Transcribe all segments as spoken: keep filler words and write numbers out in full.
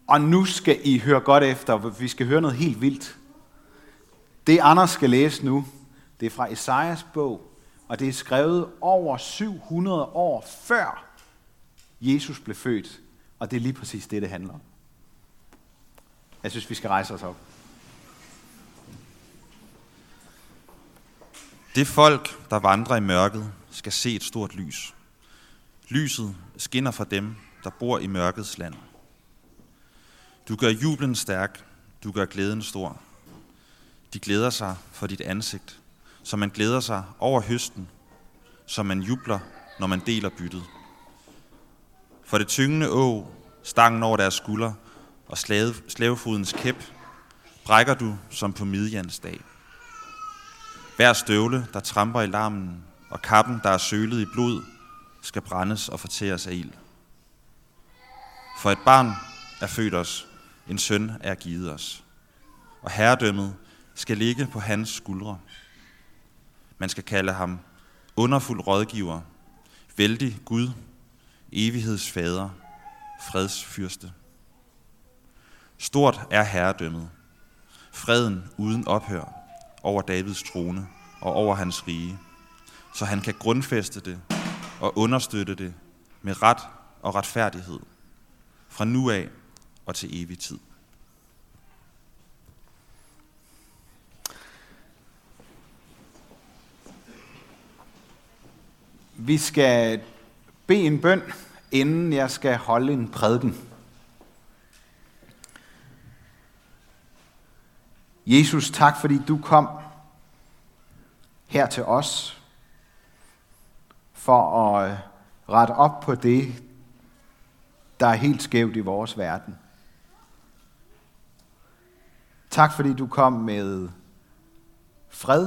Og nu skal I høre godt efter, vi skal høre noget helt vildt. Det Anders skal læse nu, det er fra Esajas bog, og det er skrevet over syv hundrede år før Jesus blev født. Og det er lige præcis det, det handler om. Jeg synes, vi skal rejse os op. Det folk, der vandrer i mørket, skal se et stort lys. Lyset skinner for dem, der bor i mørkets land. Du gør jublen stærk, du gør glæden stor. De glæder sig for dit ansigt, som man glæder sig over høsten, som man jubler, når man deler byttet. For det tyngende åg, stangen over deres skulder og slave, slavefodens kæp, brækker du som på Midjans dag. Hver støvle, der tramper i larmen, og kappen, der er sølet i blod, skal brændes og fortæres af ild. For et barn er født os, en søn er givet os, og herredømmet skal ligge på hans skuldre. Man skal kalde ham underfuld rådgiver, vældig Gud, evighedsfader, fredsfyrste. Stort er herredømmet, freden uden ophør over Davids trone og over hans rige, så han kan grundfæste det og understøtte det med ret og retfærdighed fra nu af og til evig tid. Vi skal bede en bøn, inden jeg skal holde en prædiken. Jesus, tak fordi du kom her til os for at rette op på det, der er helt skævt i vores verden. Tak fordi du kom med fred,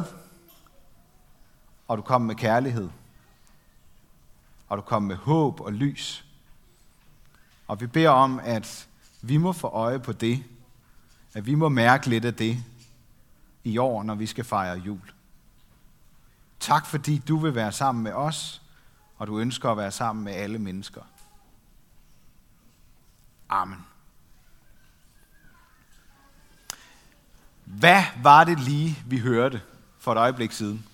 og du kom med kærlighed, og du kom med håb og lys. Og vi beder om, at vi må få øje på det, at vi må mærke lidt af det i år, når vi skal fejre jul. Tak fordi du vil være sammen med os, og du ønsker at være sammen med alle mennesker. Amen. Hvad var det lige, vi hørte for et øjeblik siden?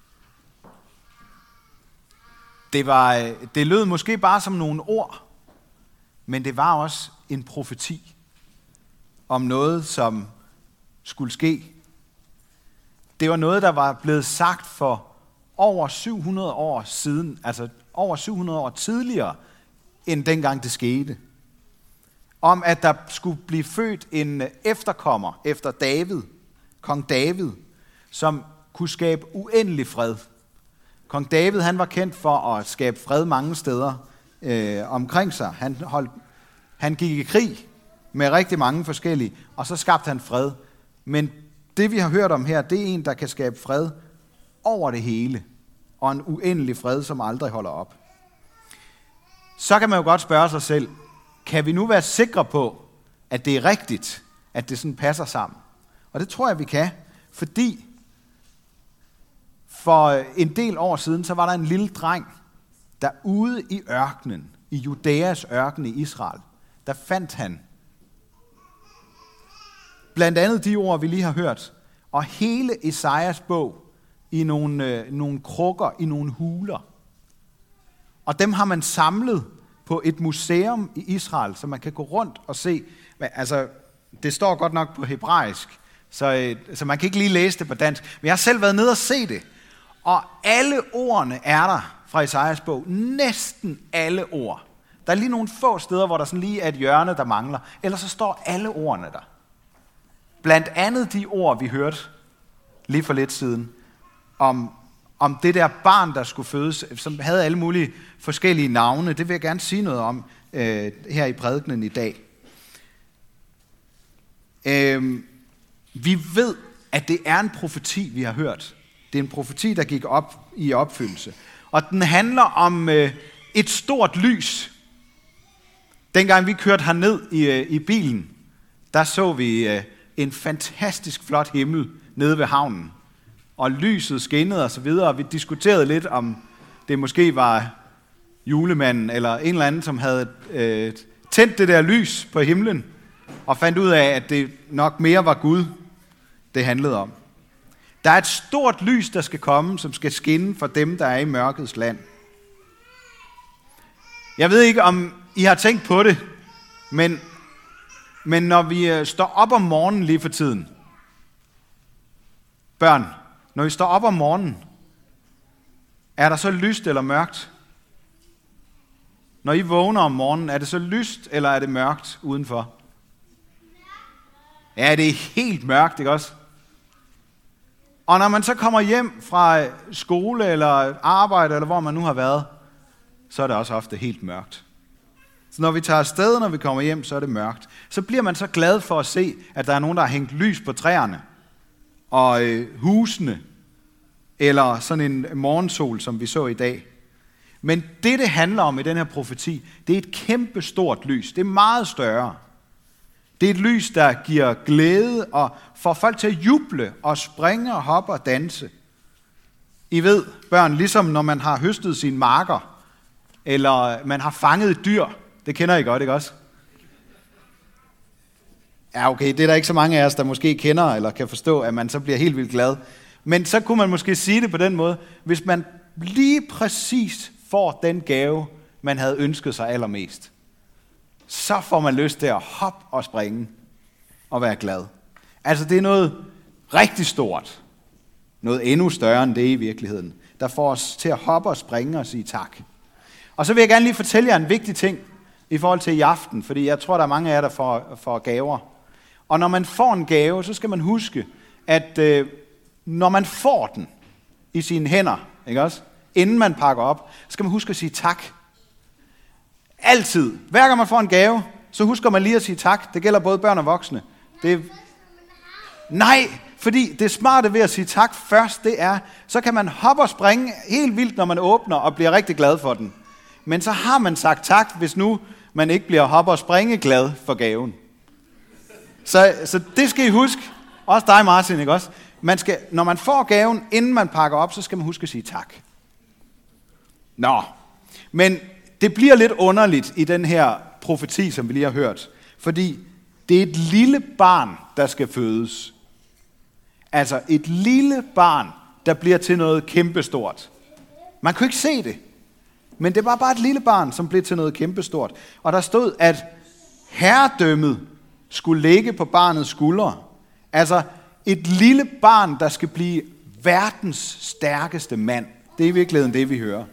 Det, var, det lød måske bare som nogle ord, men det var også en profeti om noget, som skulle ske. Det var noget, der var blevet sagt for over syv hundrede år siden, altså over syv hundrede år tidligere, end dengang det skete. Om at der skulle blive født en efterkommer efter David, kong David, som kunne skabe uendelig fred. Kong David, han var kendt for at skabe fred mange steder øh, omkring sig. Han, holdt, han gik i krig med rigtig mange forskellige, og så skabte han fred. Men det, vi har hørt om her, det er en, der kan skabe fred over det hele, og en uendelig fred, som aldrig holder op. Så kan man jo godt spørge sig selv, kan vi nu være sikre på, at det er rigtigt, at det sådan passer sammen? Og det tror jeg, vi kan, fordi for en del år siden, så var der en lille dreng, der ude i ørkenen, i Judæas ørken i Israel, der fandt han blandt andet de ord, vi lige har hørt, og hele Esajas bog i nogle, øh, nogle krukker, i nogle huler. Og dem har man samlet på et museum i Israel, så man kan gå rundt og se. Altså, det står godt nok på hebraisk, så, øh, så man kan ikke lige læse det på dansk. Men jeg har selv været nede og se det. Og alle ordene er der fra Esajas bog. Næsten alle ord. Der er lige nogle få steder, hvor der sådan lige er et hjørne, der mangler. Ellers så står alle ordene der. Blandt andet de ord, vi hørte lige for lidt siden, om, om det der barn, der skulle fødes, som havde alle mulige forskellige navne. Det vil jeg gerne sige noget om øh, her i prædikenen i dag. Øh, vi ved, at det er en profeti, vi har hørt. Det er en profeti, der gik op i opfyldelse. Og den handler om øh, et stort lys. Dengang vi kørte herned i, øh, i bilen, der så vi øh, en fantastisk flot himmel nede ved havnen. Og lyset skinnede og så videre, og vi diskuterede lidt, om det måske var julemanden eller en eller anden, som havde øh, tændt det der lys på himlen. og fandt ud af, at det nok mere var Gud, det handlede om. Der er et stort lys, der skal komme, som skal skinne for dem, der er i mørkets land. Jeg ved ikke, om I har tænkt på det, men, men når vi står op om morgenen lige for tiden, børn, når vi står op om morgenen, er der så lyst eller mørkt? Når I vågner om morgenen, er det så lyst eller er det mørkt udenfor? Ja, det er helt mørkt, ikke også? Og når man så kommer hjem fra skole eller arbejde, eller hvor man nu har været, så er det også ofte helt mørkt. Så når vi tager afsted, når vi kommer hjem, så er det mørkt. Så bliver man så glad for at se, at der er nogen, der har hængt lys på træerne og øh, husene, eller sådan en morgensol, som vi så i dag. Men det, det handler om i den her profeti, det er et kæmpe stort lys. Det er meget større. Det er et lys, der giver glæde og får folk til at juble og springe og hoppe og danse. I ved, børn, ligesom når man har høstet sine marker, eller man har fanget et dyr. Det kender I godt, ikke også? Ja, okay, det er der ikke så mange af os, der måske kender eller kan forstå, at man så bliver helt vildt glad. Men så kunne man måske sige det på den måde, hvis man lige præcis får den gave, man havde ønsket sig allermest, så får man lyst til at hoppe og springe og være glad. Altså det er noget rigtig stort, noget endnu større end det i virkeligheden, der får os til at hoppe og springe og sige tak. Og så vil jeg gerne lige fortælle jer en vigtig ting i forhold til i aften, fordi jeg tror, der er mange af jer, der får, får gaver. Og når man får en gave, så skal man huske, at øh, når man får den i sine hænder, ikke også? Inden man pakker op, så skal man huske at sige tak. Altid. Hver gang man får en gave, så husker man lige at sige tak. Det gælder både børn og voksne. Det er... Nej, fordi det smarte ved at sige tak først, det er, så kan man hoppe og springe helt vildt, når man åbner og bliver rigtig glad for den. Men så har man sagt tak, hvis nu man ikke bliver hoppe og springe glad for gaven. Så, så det skal I huske. Også dig, Martin, ikke også? Man skal, når man får gaven, inden man pakker op, så skal man huske at sige tak. Nå, men det bliver lidt underligt i den her profeti, som vi lige har hørt. Fordi det er et lille barn, der skal fødes. Altså et lille barn, der bliver til noget kæmpestort. Man kunne ikke se det. Men det var bare et lille barn, som blev til noget kæmpestort. Og der stod, at herredømmet skulle ligge på barnets skuldre. Altså et lille barn, der skal blive verdens stærkeste mand. Det er i virkeligheden det, vi hører.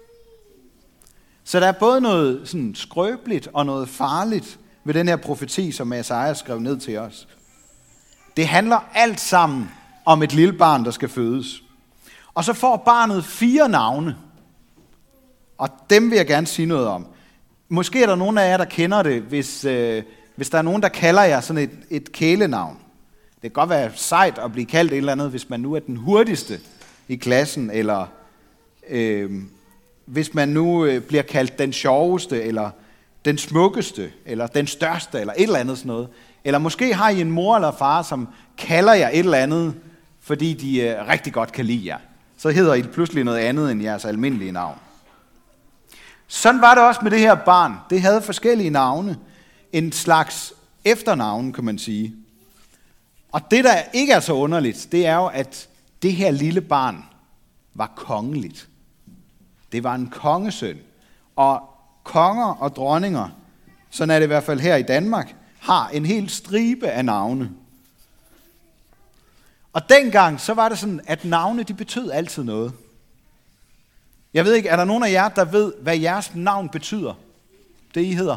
Så der er både noget sådan skrøbeligt og noget farligt ved den her profeti, som Esajas skrev ned til os. Det handler alt sammen om et lille barn, der skal fødes. Og så får barnet fire navne. Og dem vil jeg gerne sige noget om. Måske er der nogen af jer, der kender det, hvis, øh, hvis der er nogen, der kalder jer sådan et, et kælenavn. Det kan godt være sejt at blive kaldt et eller andet, hvis man nu er den hurtigste i klassen, eller øh, hvis man nu øh, bliver kaldt den sjoveste, eller den smukkeste, eller den største, eller et eller andet sådan noget. Eller måske har I en mor eller far, som kalder jer et eller andet, fordi de øh, rigtig godt kan lide jer. Så hedder I pludselig noget andet end jeres almindelige navn. Sådan var det også med det her barn. Det havde forskellige navne. En slags efternavne, kan man sige. Og det, der ikke er så underligt, det er jo, at det her lille barn var kongeligt. Det var en kongesøn. Og konger og dronninger, sådan er det i hvert fald her i Danmark, har en hel stribe af navne. Og dengang, så var det sådan, at navne, de betød altid noget. Jeg ved ikke, er der nogen af jer, der ved, hvad jeres navn betyder? Det I hedder?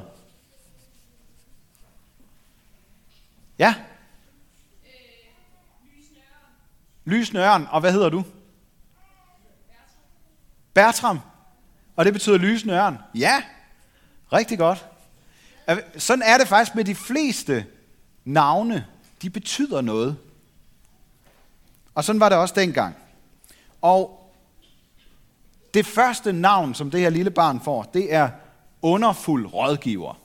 Ja? Øh, Lysnøren. Lysnøren. Og hvad hedder du? Bertram. Bertram. Og det betyder lysnøren. Ja, rigtig godt. Sådan er det faktisk med de fleste navne. De betyder noget. Og sådan var det også dengang. Og det første navn, som det her lille barn får, det er underfuld rådgiver.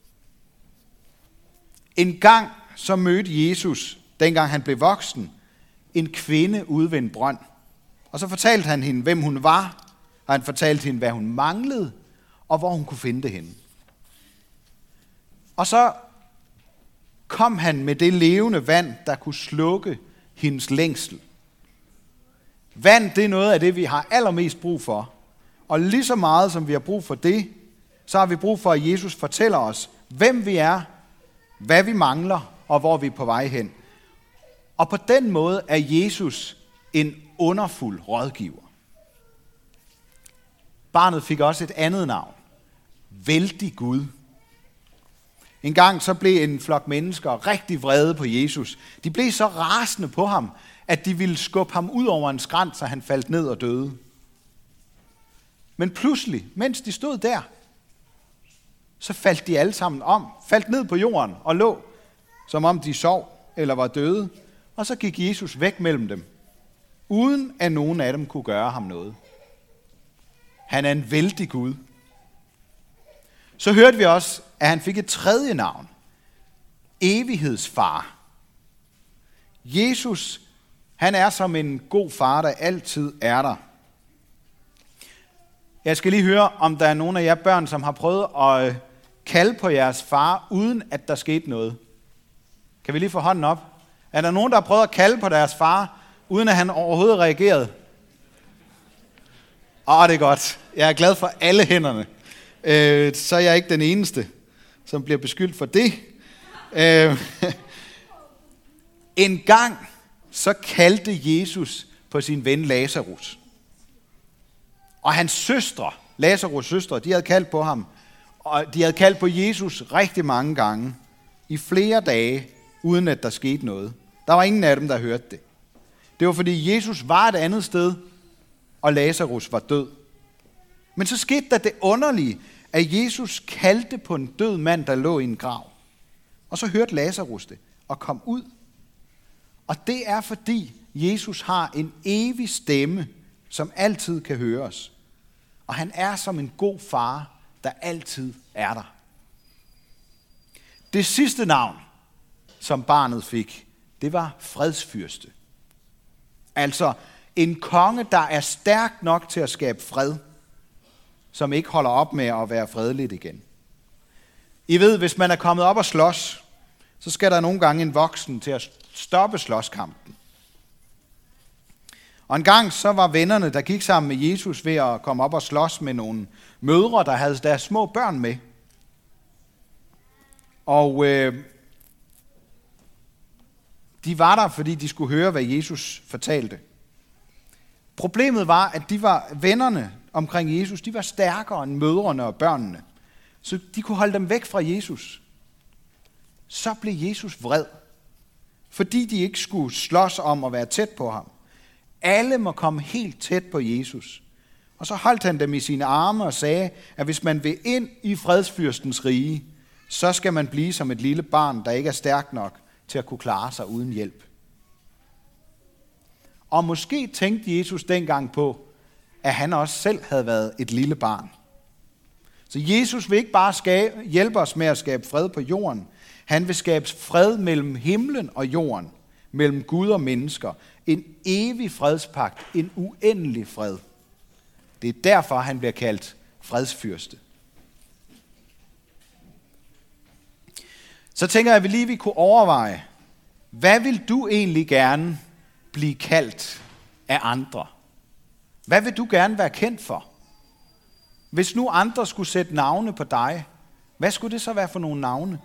En gang så mødte Jesus, dengang han blev voksen, en kvinde ude ved en brønd. Og så fortalte han hende, hvem hun var, og han fortalte hende, hvad hun manglede, og hvor hun kunne finde det henne. Og så kom han med det levende vand, der kunne slukke hendes længsel. Vand, det er noget af det, vi har allermest brug for. Og lige så meget, som vi har brug for det, så har vi brug for, at Jesus fortæller os, hvem vi er, hvad vi mangler, og hvor vi er på vej hen. Og på den måde er Jesus en underfuld rådgiver. Barnet fik også et andet navn. Vældig Gud. En gang så blev en flok mennesker rigtig vrede på Jesus. De blev så rasende på ham, at de ville skubbe ham ud over en skrænt, så han faldt ned og døde. Men pludselig, mens de stod der, så faldt de alle sammen om, faldt ned på jorden og lå, som om de sov eller var døde. Og så gik Jesus væk mellem dem, uden at nogen af dem kunne gøre ham noget. Han er en vældig Gud. Så hørte vi også, at han fik et tredje navn. Evighedsfar. Jesus, han er som en god far, der altid er der. Jeg skal lige høre, om der er nogen af jer børn, som har prøvet at kalde på jeres far, uden at der skete noget. Kan vi lige få hånden op? Er der nogen, der har prøvet at kalde på deres far, uden at han overhovedet reagerede? Åh, det er godt. Jeg er glad for alle hænderne. Øh, så er jeg ikke den eneste, som bliver beskyldt for det. Øh, en gang så kaldte Jesus på sin ven Lazarus. Og hans søstre, Lazarus' søstre, de havde kaldt på ham. Og de havde kaldt på Jesus rigtig mange gange. I flere dage, uden at der skete noget. Der var ingen af dem, der hørte det. Det var fordi Jesus var et andet sted, og Lazarus var død. Men så skete der det underlige, at Jesus kaldte på en død mand, der lå i en grav. Og så hørte Lazarus det og kom ud. Og det er fordi Jesus har en evig stemme, som altid kan høres. Og han er som en god far, der altid er der. Det sidste navn, som barnet fik, det var fredsfyrste. Altså en konge, der er stærk nok til at skabe fred, som ikke holder op med at være fredeligt igen. I ved, hvis man er kommet op og slås, så skal der nogle gange en voksen til at stoppe slåskampen. Og en gang så var vennerne, der gik sammen med Jesus ved at komme op og slås med nogle mødre, der havde deres små børn med. Og øh, de var der, fordi de skulle høre, hvad Jesus fortalte. Problemet var, at de var vennerne omkring Jesus, de var stærkere end mødrene og børnene. Så de kunne holde dem væk fra Jesus. Så blev Jesus vred, fordi de ikke skulle slås om at være tæt på ham. Alle må komme helt tæt på Jesus. Og så holdt han dem i sine arme og sagde, at hvis man vil ind i fredsfyrstens rige, så skal man blive som et lille barn, der ikke er stærk nok til at kunne klare sig uden hjælp. Og måske tænkte Jesus dengang på, at han også selv havde været et lille barn. Så Jesus vil ikke bare skabe, hjælpe os med at skabe fred på jorden. Han vil skabe fred mellem himlen og jorden, mellem Gud og mennesker. En evig fredspagt, en uendelig fred. Det er derfor, han bliver kaldt fredsfyrste. Så tænker jeg, at vi lige vil kunne overveje, hvad vil du egentlig gerne blive kaldt af andre? Hvad vil du gerne være kendt for? Hvis nu andre skulle sætte navne på dig, hvad skulle det så være for nogle navne?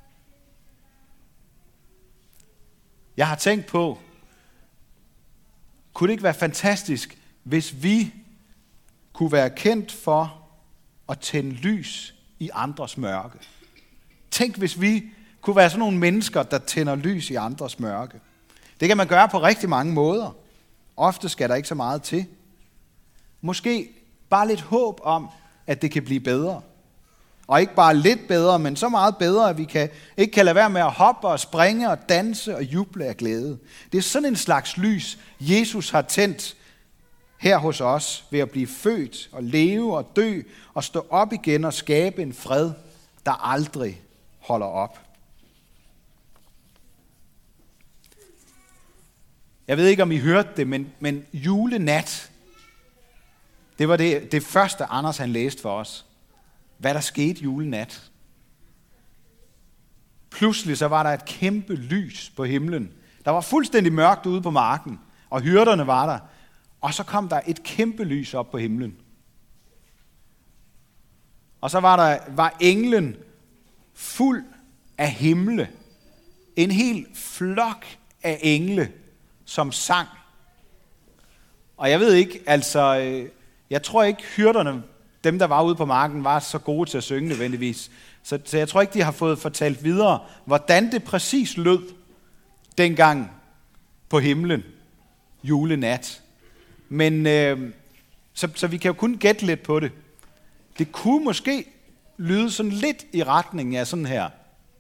Jeg har tænkt på, kunne det ikke være fantastisk, hvis vi kunne være kendt for at tænde lys i andres mørke? Tænk, hvis vi kunne være sådan nogle mennesker, der tænder lys i andres mørke. Det kan man gøre på rigtig mange måder. Ofte skal der ikke så meget til. Måske bare lidt håb om, at det kan blive bedre. Og ikke bare lidt bedre, men så meget bedre, at vi kan, ikke kan lade være med at hoppe og springe og danse og juble af glæde. Det er sådan en slags lys, Jesus har tændt her hos os ved at blive født og leve og dø og stå op igen og skabe en fred, der aldrig holder op. Jeg ved ikke, om I hørte det, men, men julenat, det var det, det første, Anders han læste for os. Hvad der skete julenat. pludselig så var der et kæmpe lys på himlen. Der var fuldstændig mørkt ude på marken, og hyrderne var der. Og så kom der et kæmpe lys op på himlen. Og så var der var englen fuld af himle. En hel flok af engle, som sang. Og jeg ved ikke, altså, jeg tror ikke hyrderne, dem der var ude på marken, var så gode til at synge nødvendigvis. Så, så jeg tror ikke, de har fået fortalt videre, hvordan det præcis lød dengang på himlen, julenat. Men øh, så, så vi kan jo kun gætte lidt på det. Det kunne måske lyde sådan lidt i retningen af sådan her.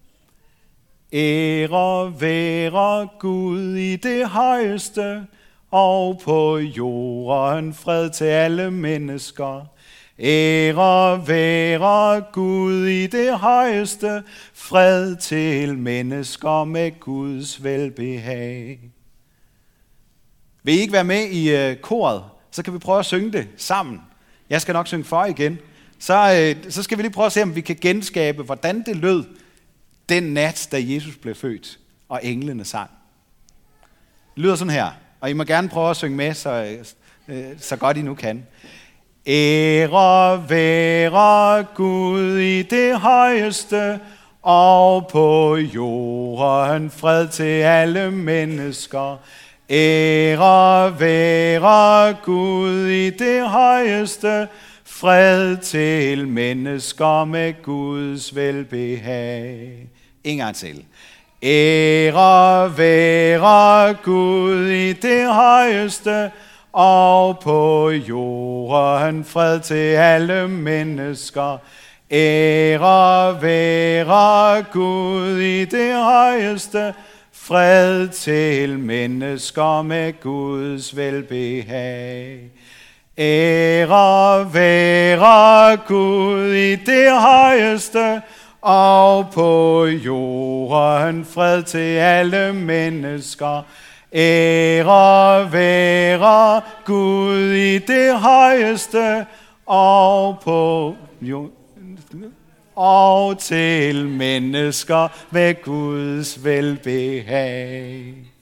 Ære være Gud i det højeste, og på jorden fred til alle mennesker. Ære være Gud i det højeste, fred til mennesker med Guds velbehag. Vil I ikke være med i øh, koret? Så kan vi prøve at synge det sammen. Jeg skal nok synge for igen. Så, øh, så skal vi lige prøve at se, om vi kan genskabe, hvordan det lød den nat, da Jesus blev født, og englene sang. Det lyder sådan her, og I må gerne prøve at synge med, så, øh, så godt I nu kan. Ære være Gud i det højeste, og på jorden fred til alle mennesker. Ære være Gud i det højeste, fred til mennesker med Guds velbehag. En gang til. Ære være Gud i det højeste, og på jorden fred til alle mennesker. Ære være Gud i det højeste, fred til mennesker med Guds velbehag. Ære være Gud i det højeste, og på jorden fred til alle mennesker. Ære være Gud i det højeste, og på jorden og til mennesker med Guds velbehag.